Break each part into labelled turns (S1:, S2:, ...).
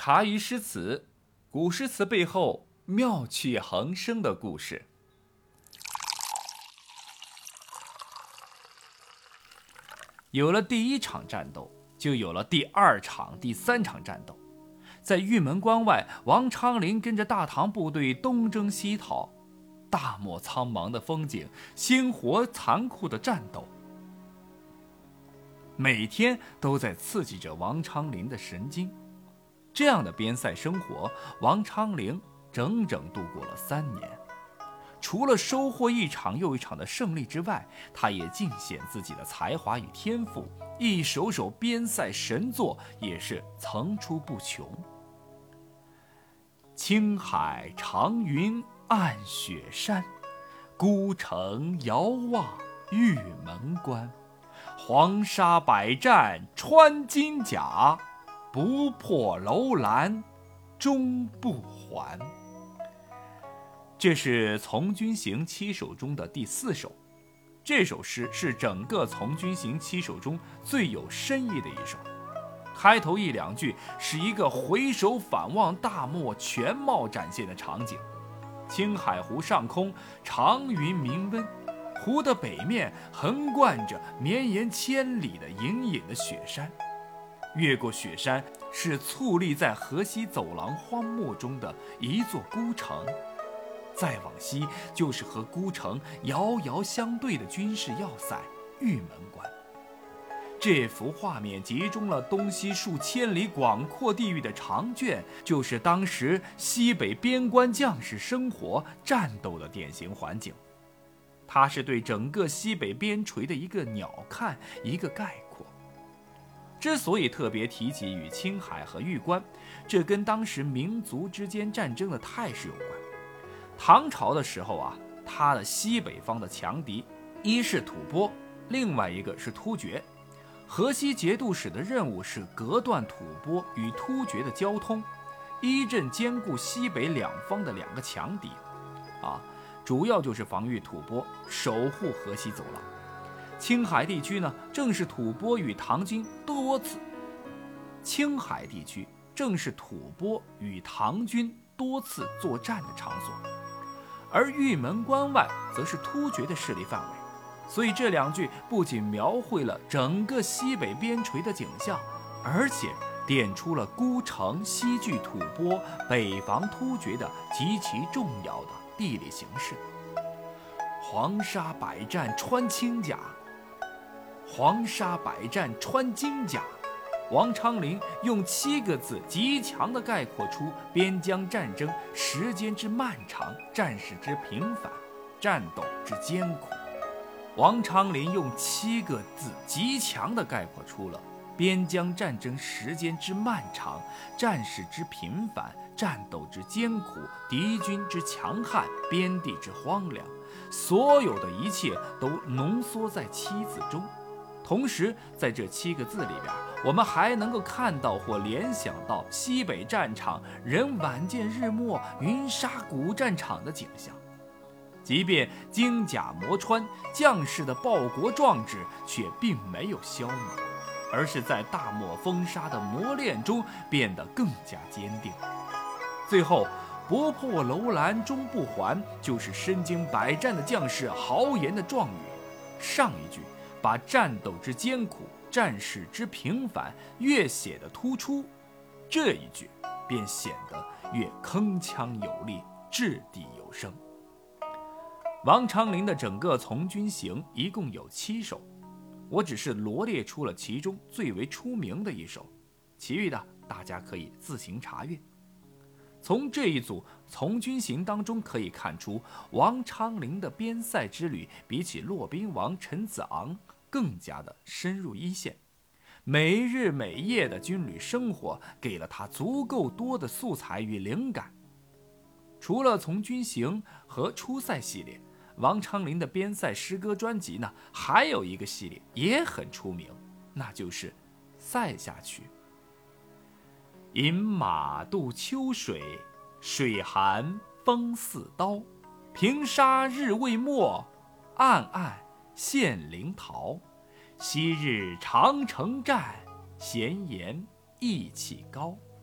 S1: 茶余诗词，古诗词背后妙趣横生的故事。有了第一场战斗，就有了第二场、第三场战斗。在玉门关外，王昌龄跟着大唐部队东征西讨，大漠苍茫的风景，鲜活残酷的战斗，每天都在刺激着王昌龄的神经。这样的边塞生活，王昌龄整整度过了3年。除了收获一场又一场的胜利之外，他也尽显自己的才华与天赋，一首首边塞神作也是层出不穷。青海长云暗雪山，孤城遥望玉门关。黄沙百战穿金甲，不破楼兰终不还。这是《从军行7首》中的第4首，这首诗是整个《从军行7首》中最有深意的一首。开头1、2句是一个回首反望大漠全貌展现的场景。青海湖上空长云明温，湖的北面横贯着绵延千里的隐隐的雪山，越过雪山是矗立在河西走廊荒漠中的一座孤城，再往西就是和孤城遥遥相对的军事要塞玉门关。这幅画面集中了东西数千里广阔地域的长卷，就是当时西北边关将士生活战斗的典型环境。它是对整个西北边陲的一个鸟瞰，一个概括。之所以特别提及与青海和玉关，这跟当时民族之间战争的态势有关。唐朝的时候啊，它的西北方的强敌，一是吐蕃，另外一个是突厥。河西节度使的任务是隔断吐蕃与突厥的交通，依阵兼顾西北两方的2个强敌，主要就是防御吐蕃，守护河西走廊。青海地区呢，正是吐蕃与唐军多次作战的场所，而玉门关外则是突厥的势力范围。所以这2句不仅描绘了整个西北边陲的景象，而且点出了孤城西拒吐蕃、北防突厥的极其重要的地理形势。黄沙百战穿金甲，王昌龄用7个字极强地概括出边疆战争时间之漫长，战事之频繁，战斗之艰苦。王昌龄用7个字极强地概括出了边疆战争时间之漫长，战事之频繁，战斗之艰苦，敌军之强悍，边地之荒凉，所有的一切都浓缩在7字中。同时在这7个字里边，我们还能够看到或联想到西北战场人晚见日没，云沙古战场的景象。即便金甲磨穿，将士的报国壮志却并没有消弭，而是在大漠风沙的磨练中变得更加坚定。最后不破楼兰终不还，就是身经百战的将士豪言的壮语。上一句把战斗之艰苦，战事之频繁越写得突出，这一句便显得越铿锵有力，掷地有声。王昌龄的整个从军行一共有7首，我只是罗列出了其中最为出名的1首，其余的大家可以自行查阅。从这一组从军行当中可以看出，王昌龄的边塞之旅比起骆宾王陈子昂更加的深入一线，每日每夜的军旅生活给了他足够多的素材与灵感。除了从军行和出塞系列，王昌龄的边塞诗歌专辑呢，还有一个系列也很出名，那就是塞下曲。饮马渡秋水，水寒风似刀。平沙日未没，暗暗现灵桃。昔日长城战，闲言意气高。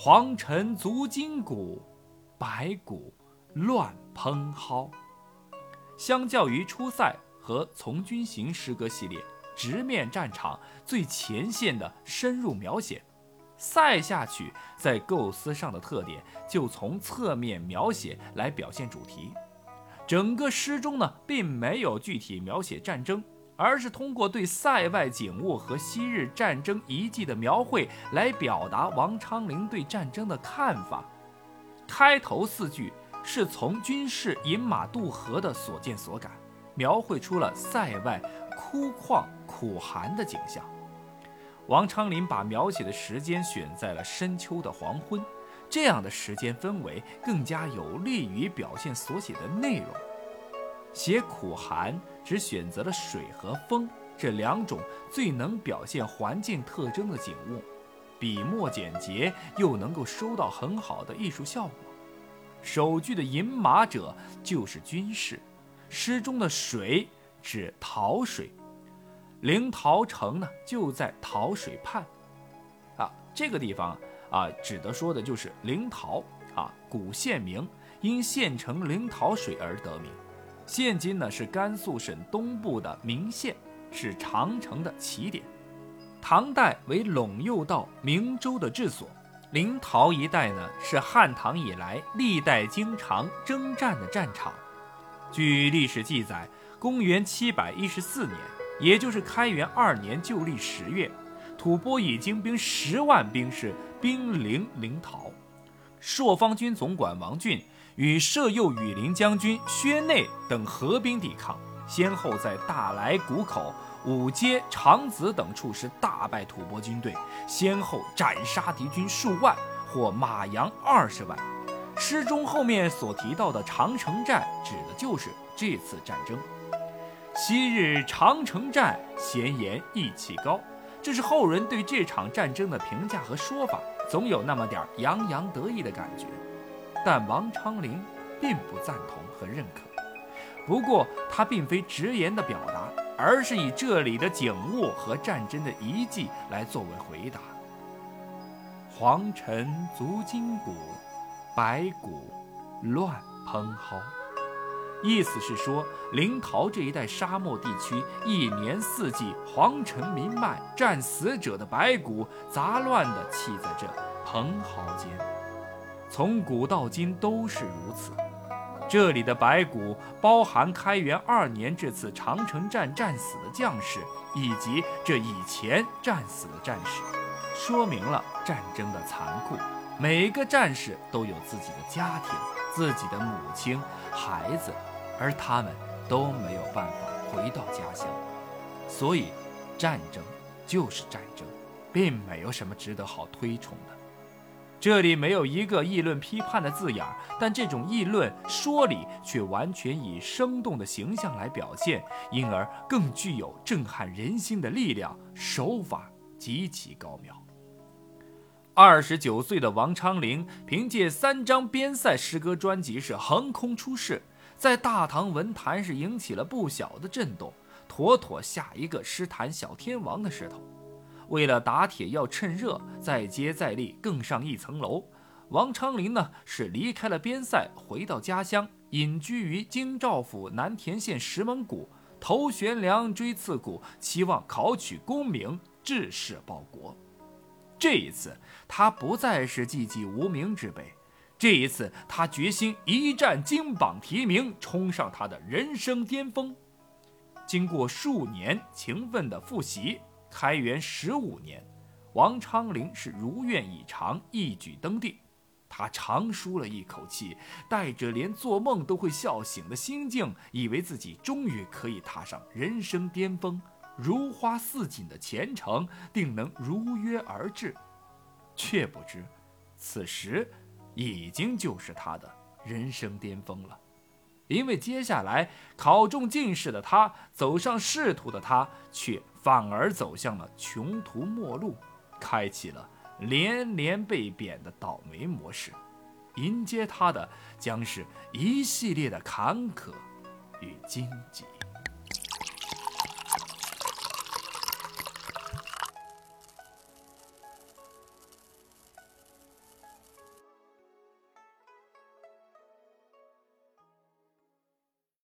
S1: 黄尘足筋骨，白骨乱蓬蒿。相较于出塞和从军行诗歌系列直面战场最前线的深入描写，塞下曲在构思上的特点就从侧面描写来表现主题。整个诗中呢，并没有具体描写战争，而是通过对塞外景物和昔日战争遗迹的描绘来表达王昌龄对战争的看法。开头4句是从军事饮马渡河的所见所感，描绘出了塞外枯旷苦寒的景象。王昌龄把描写的时间选在了深秋的黄昏，这样的时间氛围更加有利于表现所写的内容。写苦寒只选择了水和风这2种最能表现环境特征的景物，笔墨简洁，又能够收到很好的艺术效果。首句的饮马者就是军事，诗中的水指桃水，临洮城呢就在洮水畔这个地方指的说的就是临洮古县名，因县城临洮水而得名。现今呢是甘肃省东部的岷县，是长城的起点。唐代为陇右道明州的治所，临洮一带呢是汉唐以来历代经常征战的战场。据历史记载，公元714年，也就是开元2年旧历10月，吐蕃已经兵10万兵士兵临临洮。朔方军总管王俊与摄右羽林将军薛内等合兵抵抗，先后在大来谷口、武街、长子等处是大败吐蕃军队，先后斩杀敌军数万，获马羊20万。诗中后面所提到的长城战，指的就是这次战争。昔日长城战，闲言意气高，这是后人对这场战争的评价和说法，总有那么点洋洋得意的感觉。但王昌龄并不赞同和认可，不过他并非直言的表达，而是以这里的景物和战争的遗迹来作为回答。黄尘足筋骨，白骨乱蓬蒿。意思是说，临洮这一带沙漠地区1年4季黄尘弥漫，战死者的白骨杂乱地砌在这蓬蒿间，从古到今都是如此。这里的白骨包含开元2年这次长城战战死的将士，以及这以前战死的战士，说明了战争的残酷。每个战士都有自己的家庭、自己的母亲、孩子，而他们都没有办法回到家乡。所以战争就是战争，并没有什么值得好推崇的。这里没有一个议论批判的字眼，但这种议论说理却完全以生动的形象来表现，因而更具有震撼人心的力量，手法极其高妙。29岁的王昌龄凭借3张边塞诗歌专辑是横空出世，在大唐文坛是引起了不小的震动，妥妥下一个诗坛小天王的势头。为了打铁要趁热，再接再厉，更上一层楼，王昌龄呢是离开了边塞，回到家乡，隐居于京兆府南田县石门谷，头悬梁锥刺股，期望考取功名，治世报国。这一次他不再是寂寂无名之辈，这一次他决心一战金榜题名，冲上他的人生巅峰。经过数年勤奋的复习，开元15年，王昌龄是如愿以偿，一举登第。他长舒了一口气，带着连做梦都会笑醒的心境，以为自己终于可以踏上人生巅峰，如花似锦的前程定能如约而至。却不知此时已经就是他的人生巅峰了。因为接下来考中进士的他，走上仕途的他，却反而走向了穷途末路，开启了连连被贬的倒霉模式。迎接他的将是一系列的坎坷与荆棘。